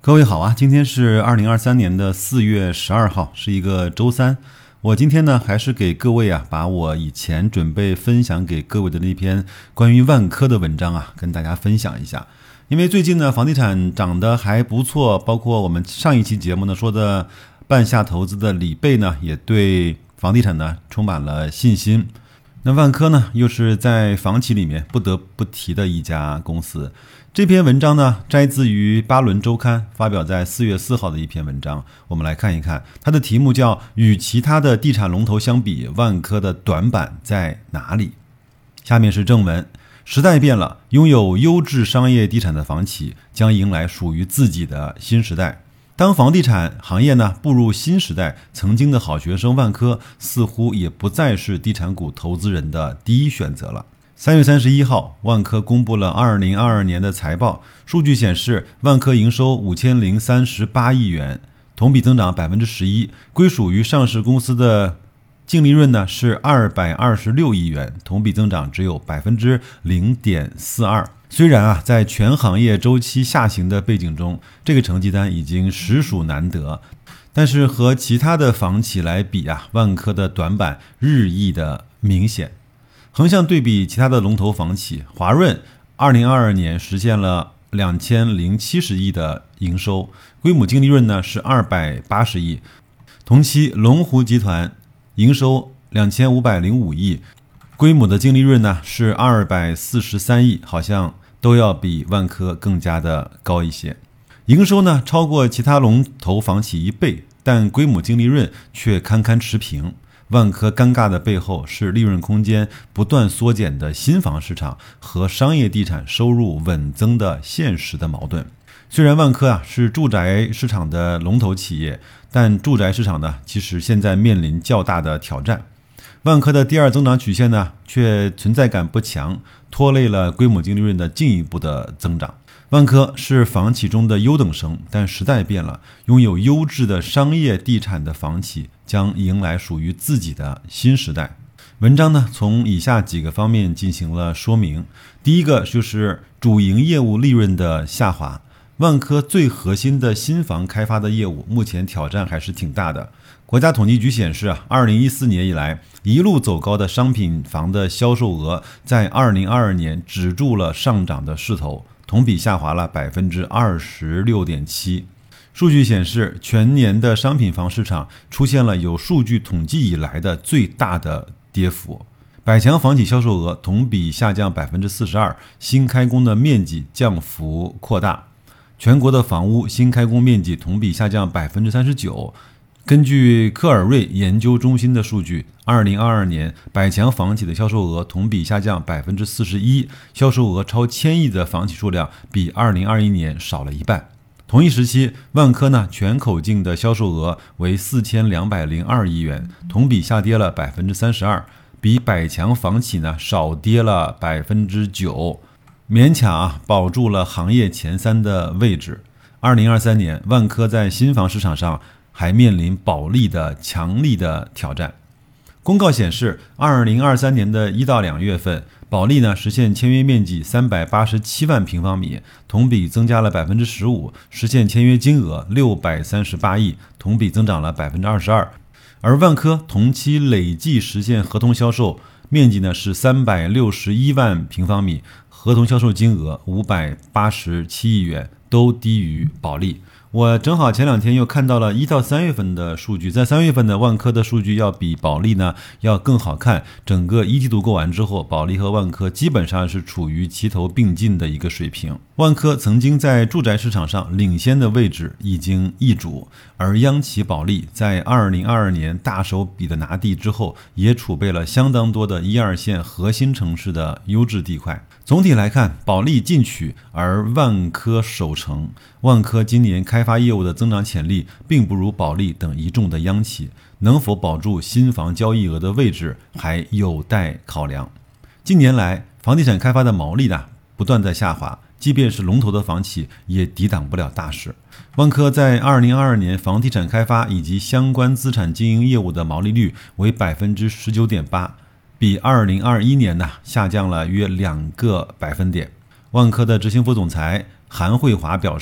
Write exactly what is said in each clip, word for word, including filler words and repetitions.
各位好啊，今天是二零二三年的四月十二号，是一个周三。我今天呢，还是给各位啊，把我以前准备分享给各位的那篇关于万科的文章啊，跟大家分享一下。因为最近呢，房地产涨得还不错，包括我们上一期节目呢说的半夏投资的李贝呢，也对房地产呢充满了信心。那万科呢，又是在房企里面不得不提的一家公司。这篇文章呢，摘自于巴伦周刊发表在四月四号的一篇文章，我们来看一看，它的题目叫《与其他的地产龙头相比，万科的短板在哪里》。下面是正文。时代变了，拥有优质商业地产的房企将迎来属于自己的新时代。当房地产行业呢步入新时代，曾经的好学生万科似乎也不再是地产股投资人的第一选择了。三月三十一号，万科公布了二零二二年的财报，数据显示，万科营收五千零三十八亿元，同比增长百分之十一，归属于上市公司的净利润呢是二百二十六亿元，同比增长只有百分之零点四二。虽然啊，在全行业周期下行的背景中，这个成绩单已经实属难得，但是和其他的房企来比啊，万科的短板日益的明显。横向对比其他的龙头房企，华润二零二二年实现了两千零七十亿的营收，规模净利润呢是二百八十亿。同期龙湖集团营收两千五百零五亿，规模的净利润呢是二百四十三亿，好像都要比万科更加的高一些。营收呢超过其他龙头房企一倍，但规模净利润却堪堪持平。万科尴尬的背后是利润空间不断缩减的新房市场和商业地产收入稳增的现实的矛盾。虽然万科啊是住宅市场的龙头企业，但住宅市场呢其实现在面临较大的挑战。万科的第二增长曲线呢却存在感不强，拖累了规模净利润的进一步的增长。万科是房企中的优等生，但时代变了，拥有优质的商业地产的房企将迎来属于自己的新时代。文章呢从以下几个方面进行了说明。第一个就是主营业务利润的下滑。万科最核心的新房开发的业务目前挑战还是挺大的。国家统计局显示啊，二零一四年以来一路走高的商品房的销售额在二零二二年止住了上涨的势头，同比下滑了 百分之二十六点七。 数据显示，全年的商品房市场出现了有数据统计以来的最大的跌幅。百强房企销售额同比下降 百分之四十二， 新开工的面积降幅扩大。全国的房屋新开工面积同比下降 百分之三十九。根据科尔瑞研究中心的数据，二零二二年百强房企的销售额同比下降 百分之四十一， 销售额超千亿的房企数量比二零二一年少了一半。同一时期，万科呢全口径的销售额为四千两百零二亿元，同比下跌了 百分之三十二， 比百强房企呢少跌了 百分之九， 勉强啊保住了行业前三的位置。二零二三年，万科在新房市场上还面临保利的强力的挑战。公告显示，二零二三年的一到两月份，保利呢实现签约面积三百八十七万平方米，同比增加了 百分之十五， 实现签约金额六百三十八亿，同比增长了 百分之二十二。而万科同期累计实现合同销售面积呢是三百六十一万平方米，合同销售金额五百八十七亿元，都低于保利。我正好前两天又看到了一到三月份的数据，在三月份的万科的数据要比保利呢要更好看。整个一季度过完之后，保利和万科基本上是处于齐头并进的一个水平。万科曾经在住宅市场上领先的位置已经易主，而央企保利在二零二二年大手笔的拿地之后，也储备了相当多的一二线核心城市的优质地块。总体来看，保利进取，而万科守成。万科今年开发业务的增长潜力并不如保利等一众的央企，能否保住新房交易额的位置还有待考量。近年来，房地产开发的毛利呢不断在下滑，即便是龙头的房企也抵挡不了大势。万科在二零二二年房地产开发以及相关资产经营业务的毛利率为 百分之十九点八，比二零二一年呢下降了约两个百分点。万科的执行副总裁韩慧华表示啊，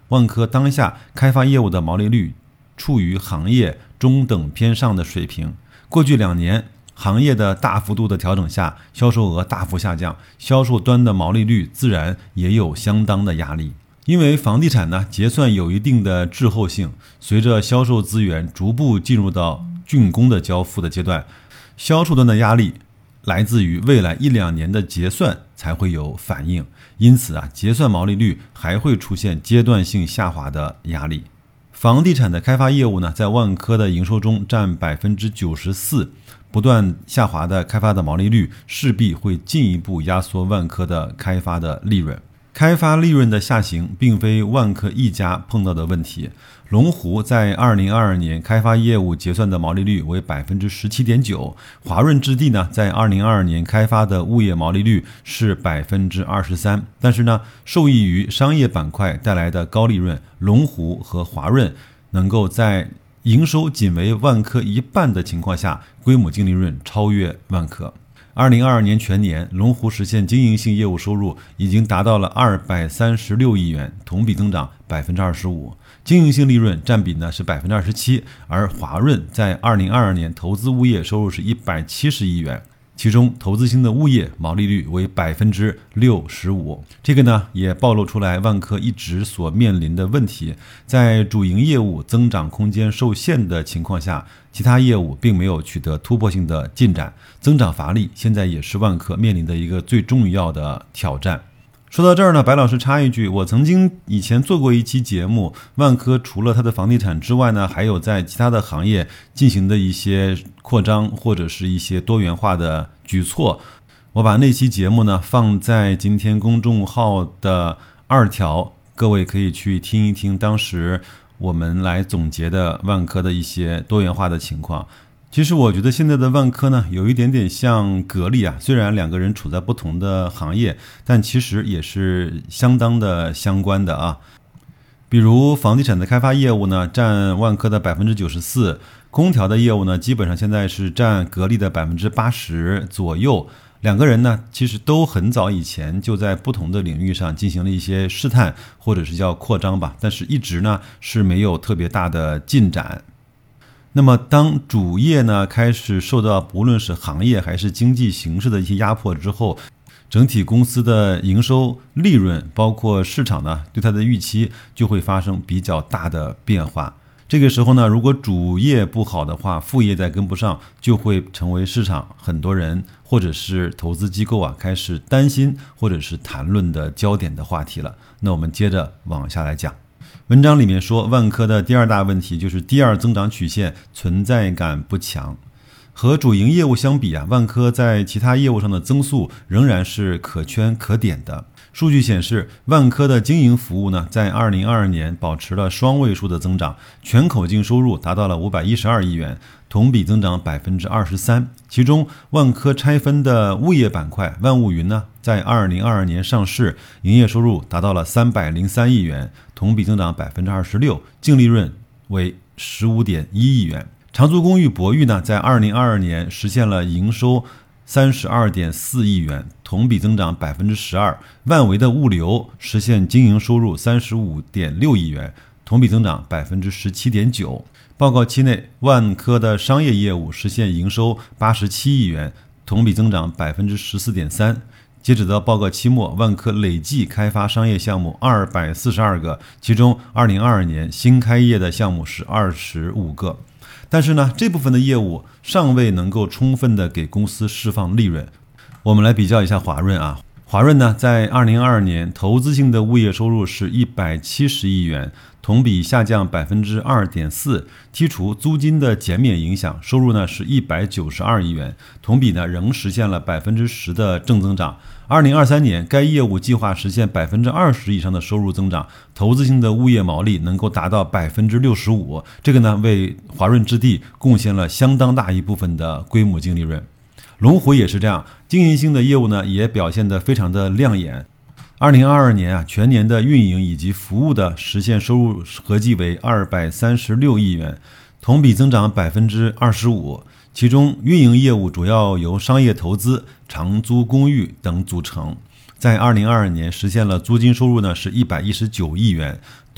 万科当下开发业务的毛利率处于行业中等偏上的水平。过去两年行业的大幅度的调整下，销售额大幅下降，销售端的毛利率自然也有相当的压力。因为房地产呢结算有一定的滞后性，随着销售资源逐步进入到竣工的交付的阶段，销售端的压力来自于未来一两年的结算才会有反应，因此啊，结算毛利率还会出现阶段性下滑的压力。房地产的开发业务呢，在万科的营收中占 百分之九十四， 不断下滑的开发的毛利率势必会进一步压缩万科的开发的利润。开发利润的下行并非万科一家碰到的问题。龙湖在二零二二年开发业务结算的毛利率为 百分之十七点九， 华润置地呢在二零二二年开发的物业毛利率是 百分之二十三， 但是呢受益于商业板块带来的高利润，龙湖和华润能够在营收仅为万科一半的情况下，规模净利润超越万科。二零二二年全年，龙湖实现经营性业务收入已经达到了二百三十六亿元，同比增长 百分之二十五， 经营性利润占比呢是 百分之二十七， 而华润在二零二二年投资物业收入是一百七十亿元，其中投资性的物业毛利率为 百分之六十五， 这个呢也暴露出来万科一直所面临的问题，在主营业务增长空间受限的情况下，其他业务并没有取得突破性的进展，增长乏力，现在也是万科面临的一个最重要的挑战。说到这儿呢，白老师插一句，我曾经以前做过一期节目，万科除了它的房地产之外呢，还有在其他的行业进行的一些扩张或者是一些多元化的举措。我把那期节目呢放在今天公众号的二条，各位可以去听一听当时我们来总结的万科的一些多元化的情况。其实我觉得现在的万科呢，有一点点像格力啊，虽然两个人处在不同的行业，但其实也是相当的相关的啊。比如房地产的开发业务呢，占万科的 百分之九十四， 空调的业务呢，基本上现在是占格力的 百分之八十 左右。两个人呢，其实都很早以前就在不同的领域上进行了一些试探，或者是叫扩张吧，但是一直呢是没有特别大的进展。那么当主业呢开始受到不论是行业还是经济形势的一些压迫之后，整体公司的营收利润包括市场呢对它的预期就会发生比较大的变化。这个时候呢，如果主业不好的话，副业再跟不上，就会成为市场很多人或者是投资机构啊开始担心或者是谈论的焦点的话题了。那我们接着往下来讲。文章里面说，万科的第二大问题就是第二增长曲线存在感不强。和主营业务相比啊，万科在其他业务上的增速仍然是可圈可点的。数据显示，万科的经营服务呢，在二零二二年保持了双位数的增长，全口径收入达到了五百一十二亿元，同比增长 百分之二十三。其中，万科拆分的物业板块万物云呢，在二零二二年上市，营业收入达到了三百零三亿元，同比增长 百分之二十六， 净利润为 十五点一亿元。长租公寓博裕呢，在二零二二年实现了营收 三十二点四亿元，同比增长 百分之十二。 万维的物流实现经营收入 三十五点六亿元，同比增长 百分之十七点九。 报告期内，万科的商业业务实现营收八十七亿元，同比增长 百分之十四点三。 截止到报告期末，万科累计开发商业项目二百四十二个，其中二零二二年新开业的项目是二十五个。但是呢，这部分的业务尚未能够充分的给公司释放利润。我们来比较一下华润啊，华润呢，在二零二二年投资性的物业收入是一百七十亿元，同比下降 百分之二点四， 剔除租金的减免影响，收入呢是一百九十二亿元，同比呢仍实现了 百分之十 的正增长。二零二三年该业务计划实现 百分之二十 以上的收入增长，投资性的物业毛利能够达到 百分之六十五， 这个呢为华润置地贡献了相当大一部分的规模净利润。龙湖也是这样，经营性的业务呢也表现得非常的亮眼。二零二二年啊，全年的运营以及服务的实现收入合计为二百三十六亿元，同比增长 百分之二十五。其中运营业务主要由商业投资、长租公寓等组成，在二零二二年实现了租金收入呢是一百一十九亿元，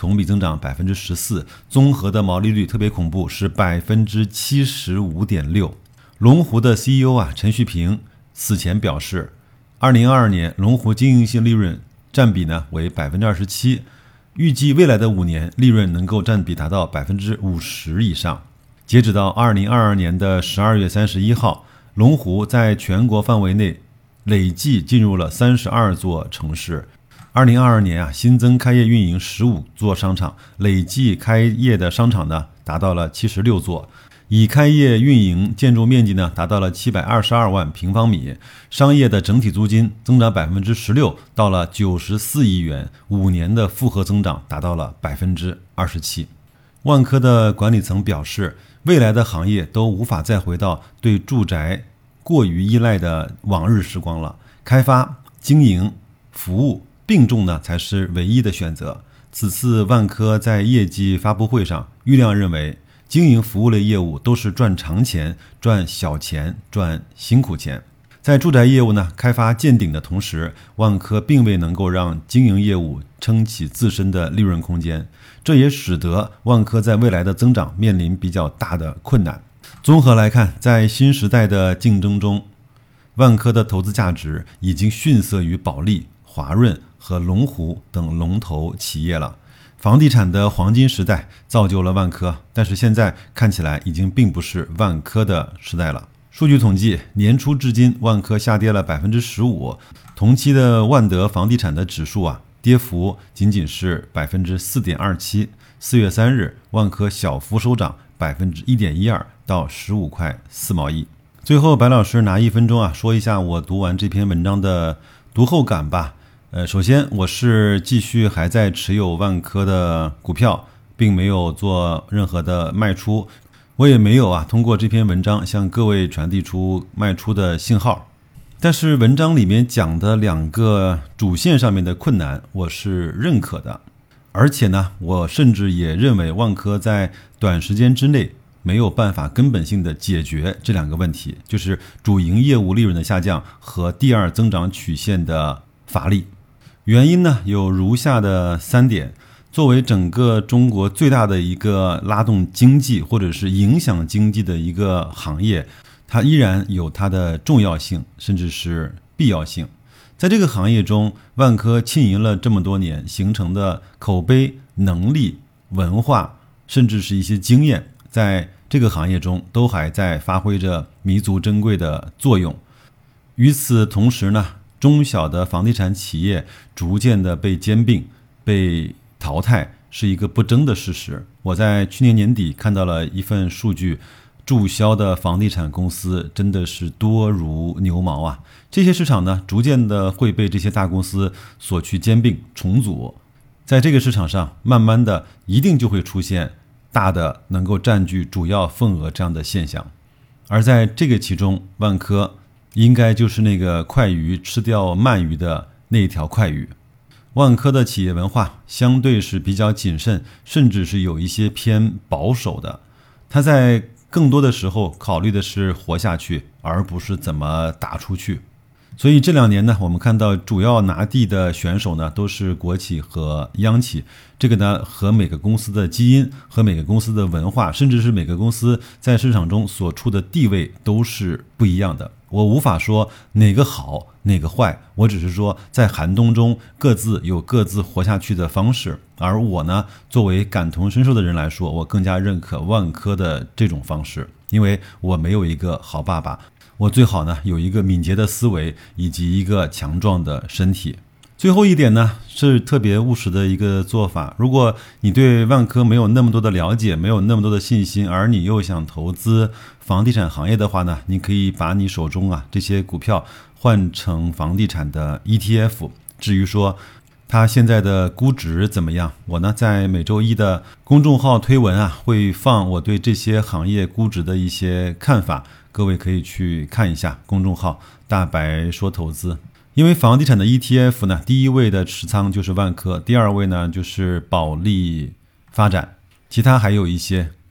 同比增长 百分之十四， 综合的毛利率特别恐怖，是 百分之七十五点六。 龙湖的 C E O 啊陈旭平此前表示，二零二二年龙湖经营性利润占比呢为 百分之二十七， 预计未来的五年利润能够占比达到 百分之五十 以上。截止到二零二二年的十二月三十一号，龙湖在全国范围内累计进入了三十二座城市。二零二二年啊，新增开业运营十五座商场，累计开业的商场呢达到了七十六座，已开业运营建筑面积呢达到了七百二十二万平方米，商业的整体租金增长 百分之十六， 到了九十四亿元，五年的复合增长达到了 百分之二十七。 万科的管理层表示，未来的行业都无法再回到对住宅过于依赖的往日时光了，开发、经营、服务并重呢才是唯一的选择。此次万科在业绩发布会上，郁亮认为经营服务类业务都是赚长钱、赚小钱、赚辛苦钱。在住宅业务呢开发见顶的同时，万科并未能够让经营业务撑起自身的利润空间，这也使得万科在未来的增长面临比较大的困难。综合来看，在新时代的竞争中，万科的投资价值已经逊色于保利、华润和龙湖等龙头企业了。房地产的黄金时代造就了万科，但是现在看起来已经并不是万科的时代了。数据统计，年初至今万科下跌了 百分之十五， 同期的万德房地产的指数啊跌幅仅仅是 百分之四点二七。 四月三日，万科小幅收涨 百分之一点一二 到十五块四毛一。最后白老师拿一分钟啊说一下我读完这篇文章的读后感吧。呃，首先我是继续还在持有万科的股票，并没有做任何的卖出，我也没有啊通过这篇文章向各位传递出卖出的信号。但是文章里面讲的两个主线上面的困难我是认可的，而且呢我甚至也认为万科在短时间之内没有办法根本性的解决这两个问题，就是主营业务利润的下降和第二增长曲线的乏力。原因呢有如下的三点。作为整个中国最大的一个拉动经济或者是影响经济的一个行业，它依然有它的重要性甚至是必要性。在这个行业中，万科浸淫了这么多年形成的口碑、能力、文化甚至是一些经验，在这个行业中都还在发挥着弥足珍贵的作用。与此同时呢，中小的房地产企业逐渐的被兼并、被淘汰是一个不争的事实。我在去年年底看到了一份数据，注销的房地产公司真的是多如牛毛啊！这些市场呢，逐渐的会被这些大公司所去兼并重组，在这个市场上，慢慢的一定就会出现大的能够占据主要份额这样的现象。而在这个其中，万科应该就是那个快鱼吃掉慢鱼的那一条快鱼。万科的企业文化相对是比较谨慎，甚至是有一些偏保守的。它在更多的时候考虑的是活下去，而不是怎么打出去。所以这两年呢，我们看到主要拿地的选手呢都是国企和央企，这个呢和每个公司的基因和每个公司的文化，甚至是每个公司在市场中所处的地位都是不一样的。我无法说哪个好哪个坏，我只是说在寒冬中各自有各自活下去的方式。而我呢，作为感同身受的人来说，我更加认可万科的这种方式，因为我没有一个好爸爸，我最好呢有一个敏捷的思维以及一个强壮的身体。最后一点呢，是特别务实的一个做法。如果你对万科没有那么多的了解，没有那么多的信心，而你又想投资房地产行业的话呢，你可以把你手中啊这些股票换成房地产的 E T F。 至于说它现在的估值怎么样，我呢在每周一的公众号推文啊会放我对这些行业估值的一些看法，各位可以去看一下公众号大白说投资。因为房地产的 E T F 呢，第一位的持仓就是万科，第二位呢就是保利发展，其他还有一些，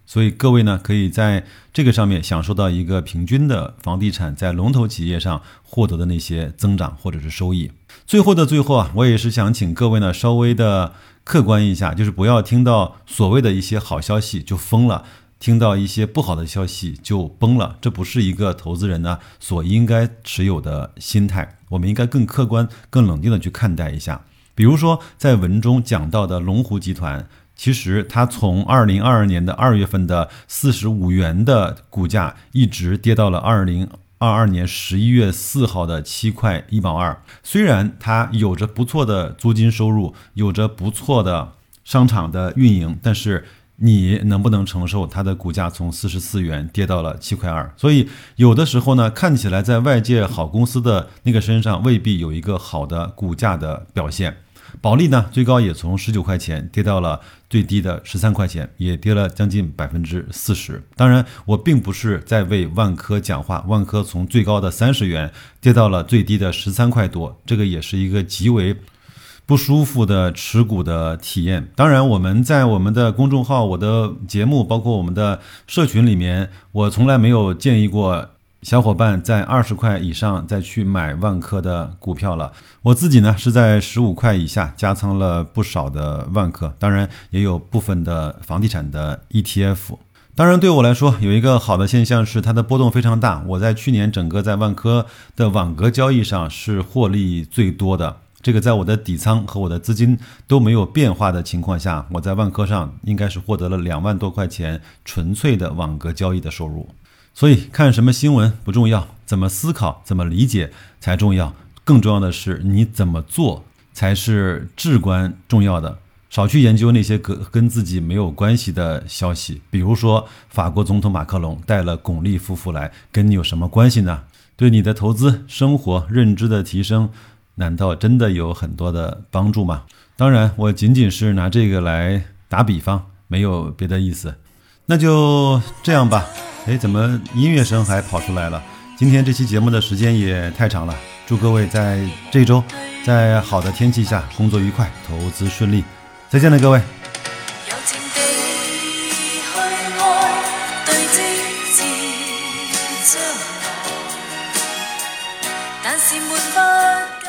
所以各位呢，可以在这个上面享受到一个平均的房地产在龙头企业上获得的那些增长或者是收益。最后的最后啊，我也是想请各位呢稍微的客观一下，就是不要听到所谓的一些好消息就疯了，听到一些不好的消息就崩了，这不是一个投资人呢所应该持有的心态。我们应该更客观、更冷静的去看待一下。比如说在文中讲到的龙湖集团，其实它从二零二二年的二月份的四十五元的股价，一直跌到了二零二二年十一月四号的七块一毛二。虽然它有着不错的租金收入，有着不错的商场的运营，但是你能不能承受它的股价从四十四元跌到了七块二？所以有的时候呢，看起来在外界好公司的那个身上未必有一个好的股价的表现。保利呢，最高也从十九块钱跌到了最低的十三块钱，也跌了将近 百分之四十。 当然我并不是在为万科讲话，万科从最高的三十元跌到了最低的十三块多，这个也是一个极为不舒服的持股的体验。当然我们在我们的公众号、我的节目包括我们的社群里面，我从来没有建议过小伙伴在二十块以上再去买万科的股票了。我自己呢是在十五块以下加仓了不少的万科，当然也有部分的房地产的 E T F。 当然对我来说有一个好的现象是它的波动非常大，我在去年整个在万科的网格交易上是获利最多的。这个在我的底仓和我的资金都没有变化的情况下，我在万科上应该是获得了两万多块钱纯粹的网格交易的收入。所以看什么新闻不重要，怎么思考怎么理解才重要，更重要的是你怎么做才是至关重要的。少去研究那些跟自己没有关系的消息，比如说法国总统马克龙带了巩俐夫妇来，跟你有什么关系呢？对你的投资、生活、认知的提升难道真的有很多的帮助吗？当然我仅仅是拿这个来打比方，没有别的意思。那就这样吧。诶，怎么音乐声还跑出来了？今天这期节目的时间也太长了，祝各位在这周在好的天气下工作愉快，投资顺利。再见了各位。有情地去愛，對積至將來，但是沒法